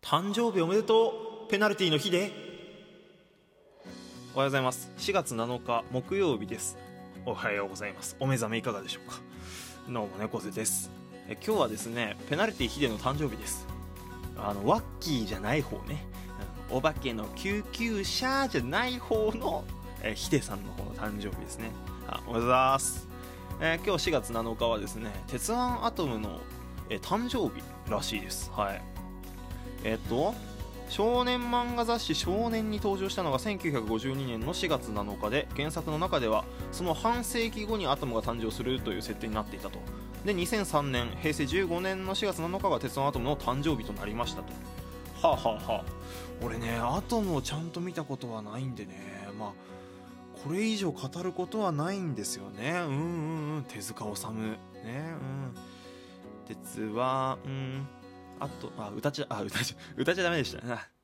誕生日おめでとう。ペナルティの日で。おはようございます。4月7日木曜日です。おはようございます。お目覚めいかがでしょうか。どうも猫背です。今日はですね、ペナルティヒデの誕生日です。ワッキーじゃない方ね、お化けの救急車じゃない方のヒデさんの方の誕生日ですね。おはようございます。今日4月7日はですね、鉄腕アトムの誕生日らしいです。はい。少年漫画雑誌少年に登場したのが1952年の4月7日で、原作の中ではその半世紀後にアトムが誕生するという設定になっていたと。で、2003年平成15年の4月7日が鉄腕アトムの誕生日となりましたと。はあはあはあ。俺ね、アトムをちゃんと見たことはないんでね、まあこれ以上語ることはないんですよね。手塚治虫ね。鉄は歌っちゃダメでしたね。